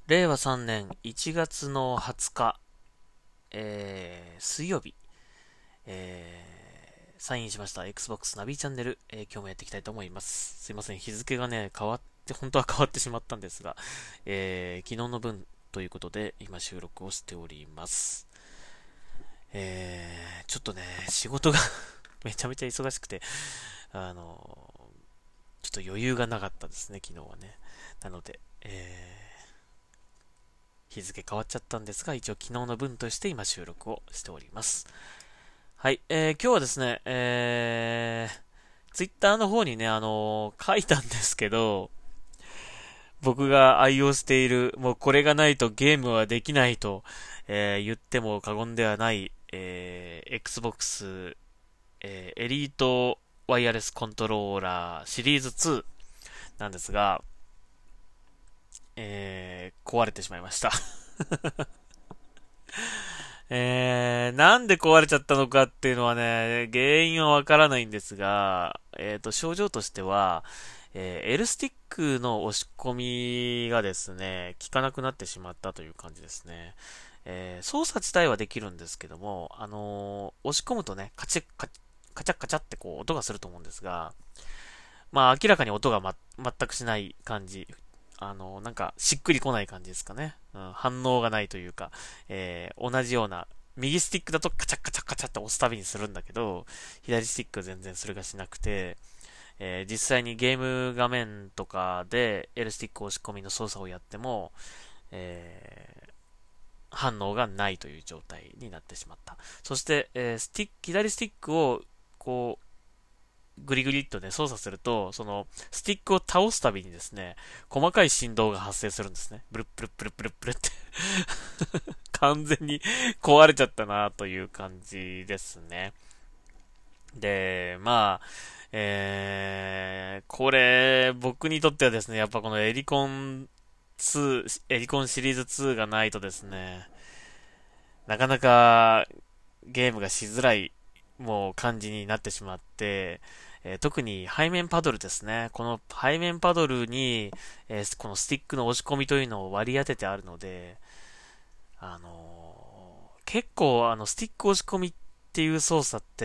令和3年1月の20日、水曜日、サインしました Xbox ナビチャンネル、今日もやっていきたいと思います。すいません、日付がね、本当は変わってしまったんですが、昨日の分ということで、今収録をしております。ちょっとね、仕事がめちゃめちゃ忙しくて、ちょっと余裕がなかったですね、昨日はね。なので、日付変わっちゃったんですが、一応昨日の分として今収録をしております。はい、今日はですね、ツイッターの方にね、書いたんですけど、僕が愛用している、もうこれがないとゲームはできないと、言っても過言ではない、Xbox、エリートワイヤレスコントローラーシリーズ2なんですが、壊れてしまいました。なんで壊れちゃったのかっていうのはね、原因はわからないんですが、症状としては、L スティックの押し込みがですね、効かなくなってしまったという感じですね。操作自体はできるんですけども、押し込むとね、カチャカチャってこう音がすると思うんですが、まあ明らかに音が全くしない感じ。なんかしっくりこない感じですかね。うん、反応がないというか、同じような、右スティックだとカチャカチャカチャって押すたびにするんだけど、左スティックは全然それがしなくて、実際にゲーム画面とかで L スティック押し込みの操作をやっても、反応がないという状態になってしまった。そして、左スティックをこグリグリっとね、操作すると、その、スティックを倒すたびにですね、細かい振動が発生するんですね。ブルップルップルップルップルって完全に壊れちゃったなという感じですね。で、まあ、これ、僕にとってはですね、やっぱこのエリコンシリーズ2がないとですね、なかなかゲームがしづらい、もう感じになってしまって、特に背面パドルですね。この背面パドルに、このスティックの押し込みというのを割り当ててあるので、結構スティック押し込みっていう操作って、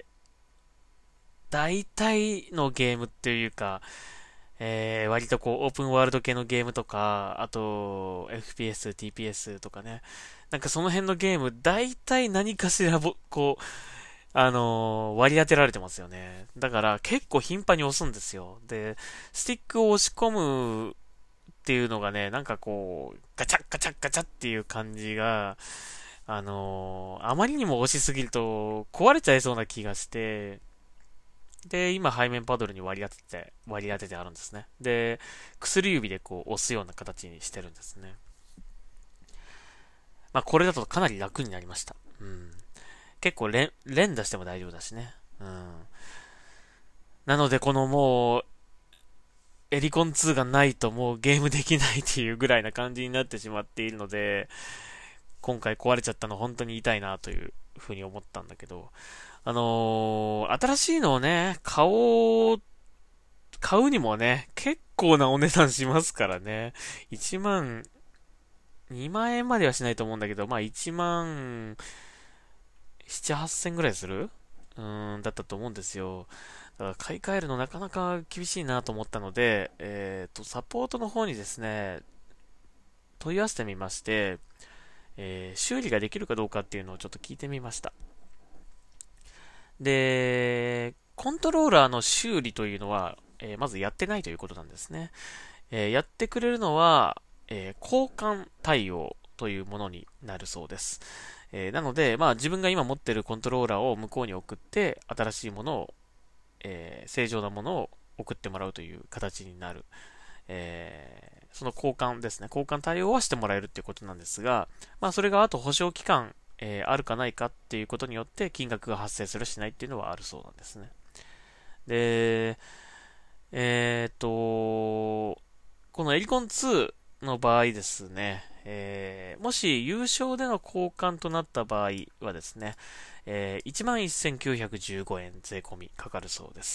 大体のゲームっていうか、割とこう、オープンワールド系のゲームとか、あと、FPS、TPS とかね。なんかその辺のゲーム、大体何かしらこう、割り当てられてますよね。だから結構頻繁に押すんですよ。で、スティックを押し込むっていうのがね、なんかこう、ガチャッガチャッガチャっていう感じが、あまりにも押しすぎると壊れちゃいそうな気がして、で、今背面パドルに割り当ててあるんですね。で、薬指でこう押すような形にしてるんですね。まあこれだとかなり楽になりました。うん。結構連打しても大丈夫だしね。うん。なのでこのもう、エリコン2がないともうゲームできないっていうぐらいな感じになってしまっているので、今回壊れちゃったの本当に痛いなというふうに思ったんだけど、新しいのをね、買うにもね、結構なお値段しますからね。1万、2万円まではしないと思うんだけど、まあ1万7、8000ぐらいするだったと思うんですよ。だから買い替えるのなかなか厳しいなと思ったので、サポートの方にですね、問い合わせてみまして、修理ができるかどうかっていうのをちょっと聞いてみました。で、コントローラーの修理というのは、まずやってないということなんですね。やってくれるのは、交換対応というものになるそうです。なので、まあ自分が今持っているコントローラーを向こうに送って、新しいものを、正常なものを送ってもらうという形になる。その交換ですね。交換対応はしてもらえるっていうことなんですが、まあそれがあと保証期間、あるかないかっていうことによって金額が発生するしないっていうのはあるそうなんですね。で、このエリコン2の場合ですね、もし優勝での交換となった場合はですね、11,915円税込みかかるそうです。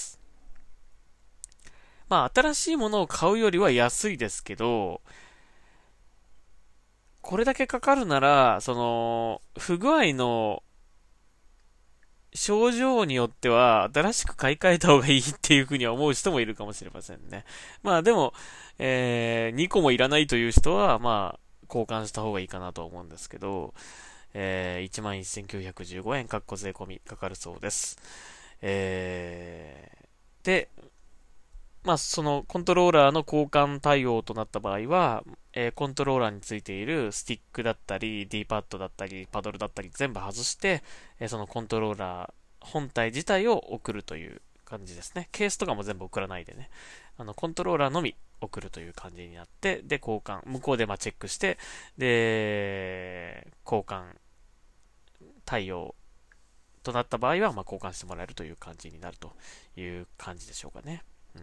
まあ、新しいものを買うよりは安いですけど、 これだけかかるなら、その、不具合の症状によっては、新しく買い替えた方がいいっていうふうには思う人もいるかもしれませんね。まあでも、2個もいらないという人は、まあ、交換した方がいいかなと思うんですけど、11,915円、かっこ税込みかかるそうです。で、まあ、そのコントローラーの交換対応となった場合は、コントローラーについているスティックだったり、D パッドだったり、パドルだったり全部外して、そのコントローラー本体自体を送るという感じですね。ケースとかも全部送らないでね。コントローラーのみ送るという感じになって、で、交換、向こうでまあチェックして、で、交換対応となった場合は、まあ交換してもらえるという感じになるという感じでしょうかね。うん。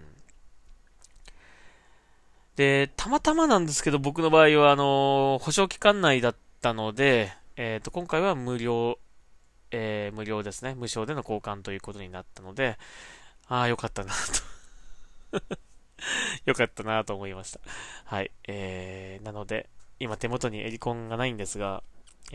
で、たまたまなんですけど、僕の場合は、保証期間内だったので、今回は無料ですね。無償での交換ということになったので、ああ、よかったなとよかったなと思いました。はい。なので、今手元にエリコンがないんですが、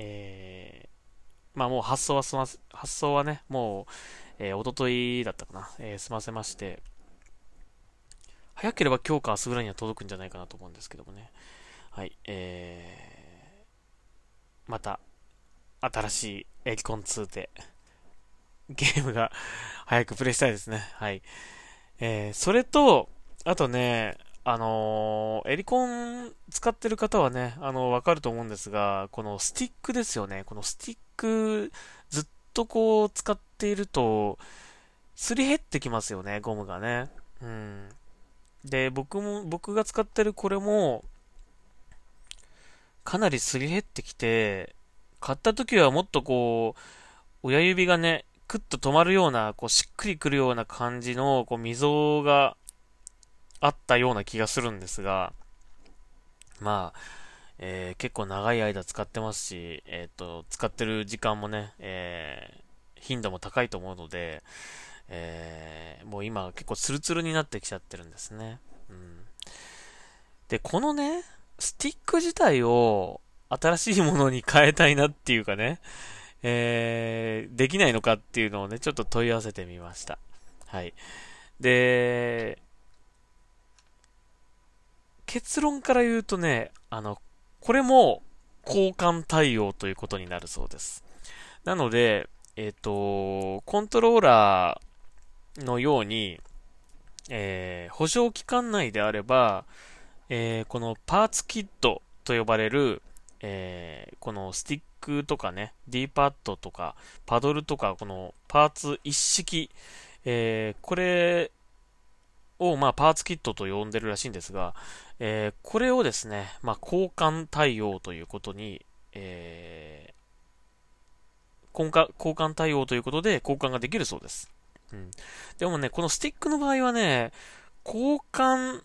まあもう発送はね、もう、おとといだったかな、済ませまして、早ければ今日か明日ぐらいには届くんじゃないかなと思うんですけどもね。はい。また、新しいエリコン2で、ゲームが早くプレイしたいですね。はい。それと、あとね、エリコン使ってる方はね、わかると思うんですが、このスティックですよね。このスティック、ずっとこう、使っていると、すり減ってきますよね、ゴムがね。うん。で、僕が使ってるこれも、かなりすり減ってきて、買った時はもっとこう、親指がね、クッと止まるような、こう、しっくりくるような感じの、こう、溝があったような気がするんですが、まあ、結構長い間使ってますし、使ってる時間もね、頻度も高いと思うので、もう今結構ツルツルになってきちゃってるんですね。うん。で、このね、スティック自体を新しいものに変えたいなっていうかね、できないのかっていうのをね、ちょっと問い合わせてみました。はい。で、結論から言うとね、これも交換対応ということになるそうです。なので、コントローラーのように、保証期間内であれば、このパーツキットと呼ばれる、このスティックとかね、D パッドとか、パドルとか、このパーツ一式、これを、まあ、パーツキットと呼んでるらしいんですが、これをですね、まあ、交換対応ということに、交換対応ということで交換ができるそうです。うん。でもね、このスティックの場合はね、交換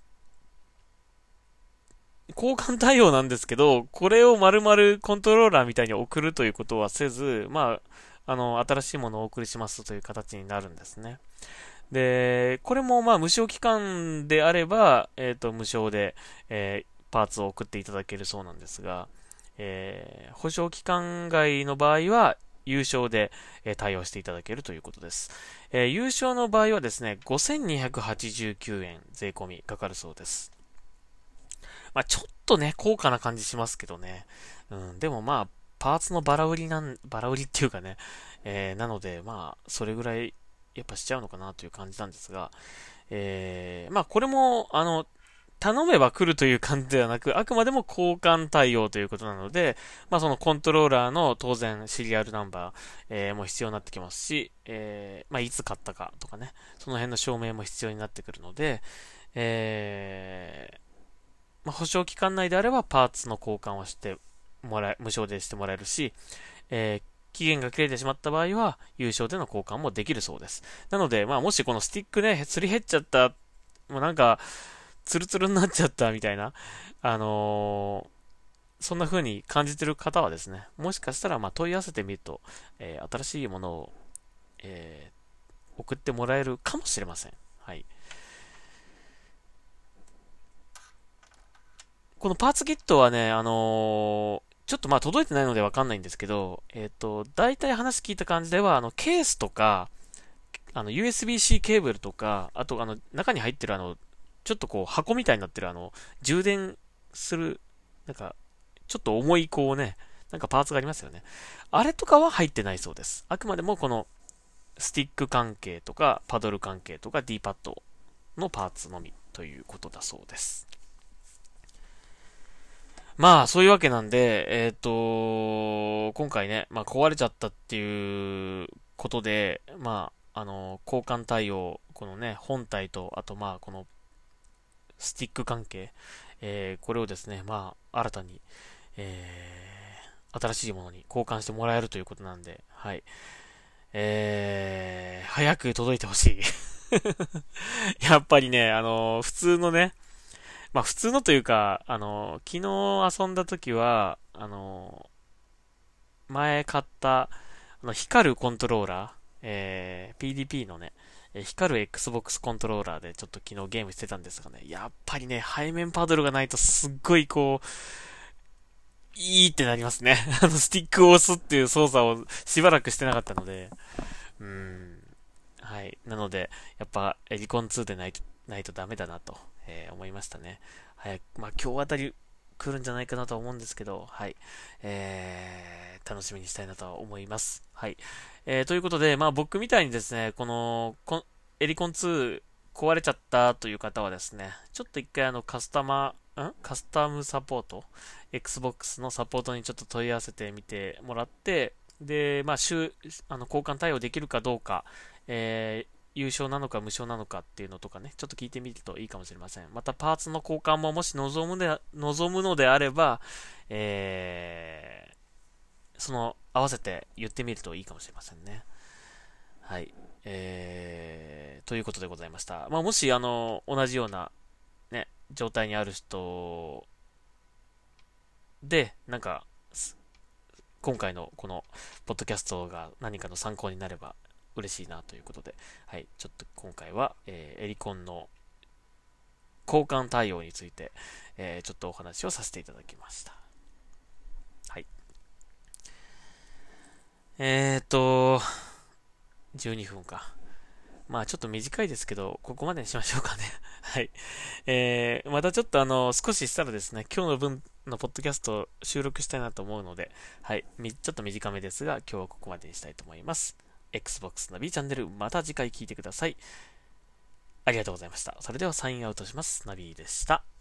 交換対応なんですけど、これを丸々コントローラーみたいに送るということはせず、まあ、新しいものをお送りしますという形になるんですね。で、これもまあ無償期間であれば、無償で、パーツを送っていただけるそうなんですが、保証期間外の場合は、有償で、対応していただけるということです。有償の場合はですね、5289円税込みかかるそうです。まあ、ちょっとね、高価な感じしますけどね。うん、でもまあ、パーツのバラ売りっていうかね、なので、まあ、それぐらい、やっぱしちゃうのかなという感じなんですが、まあ、これも、頼めば来るという感じではなく、あくまでも交換対応ということなので、まあそのコントローラーの当然シリアルナンバー、も必要になってきますし、まあいつ買ったかとかね、その辺の証明も必要になってくるので、まあ、保証期間内であればパーツの交換をしてもらえ、無償でしてもらえるし、期限が切れてしまった場合は、有償での交換もできるそうです。なので、まあ、もしこのスティックね、すり減っちゃった、もうなんか、ツルツルになっちゃったみたいな、そんな風に感じてる方はですね、もしかしたらまあ問い合わせてみると、新しいものを、送ってもらえるかもしれません。はい。このパーツキットはね、 ちょっとまあ届いてないのでわかんないんですけど、大体話聞いた感じでは、ケースとか、USB-C ケーブルとか、あと中に入ってるちょっとこう箱みたいになってる充電する、なんか、ちょっと重いこうね、なんかパーツがありますよね。あれとかは入ってないそうです。あくまでもこのスティック関係とか、パドル関係とか、D パッドのパーツのみということだそうです。まあ、そういうわけなんで、今回ね、まあ、壊れちゃったっていうことで、まあ、交換対応、このね、本体と、あとまあ、このスティック関係、これをですね、まあ、新たに、新しいものに交換してもらえるということなんで、はい。早く届いてほしい。やっぱりね、普通のね、まあ普通のというか、昨日遊んだ時は、前買った、光るコントローラー、PDP のね、光る Xbox コントローラーでちょっと昨日ゲームしてたんですがね、やっぱりね、背面パドルがないとすっごいこう、いいってなりますね。スティックを押すっていう操作をしばらくしてなかったので、はい。なので、やっぱ、エリコン2でないとダメだなと、思いましたね。早く、まあ今日あたり来るんじゃないかなと思うんですけど、はい。楽しみにしたいなと思います。はい。ということで、まあ僕みたいにですね、エリコン2壊れちゃったという方はですね、ちょっと一回カスタムサポート Xbox のサポートにちょっと問い合わせてみてもらって、で、まあ、交換対応できるかどうか、有償なのか無償なのかっていうのとかね、ちょっと聞いてみるといいかもしれません。また、パーツの交換ももし望むのであれば、合わせて言ってみるといいかもしれませんね。はい。ということでございました。まあ、もし、同じような、ね、状態にある人で、なんか、今回のこのポッドキャストが何かの参考になれば嬉しいなということで、はい、ちょっと今回は、エリコンの交換対応について、ちょっとお話をさせていただきました。はい。12分か。まあちょっと短いですけど、ここまでにしましょうかね。はい。またちょっと少ししたらですね、今日の分のポッドキャストを収録したいなと思うので、はい。ちょっと短めですが、今日はここまでにしたいと思います。Xbox ナビチャンネル、また次回聞いてください。ありがとうございました。それではサインアウトします。ナビでした。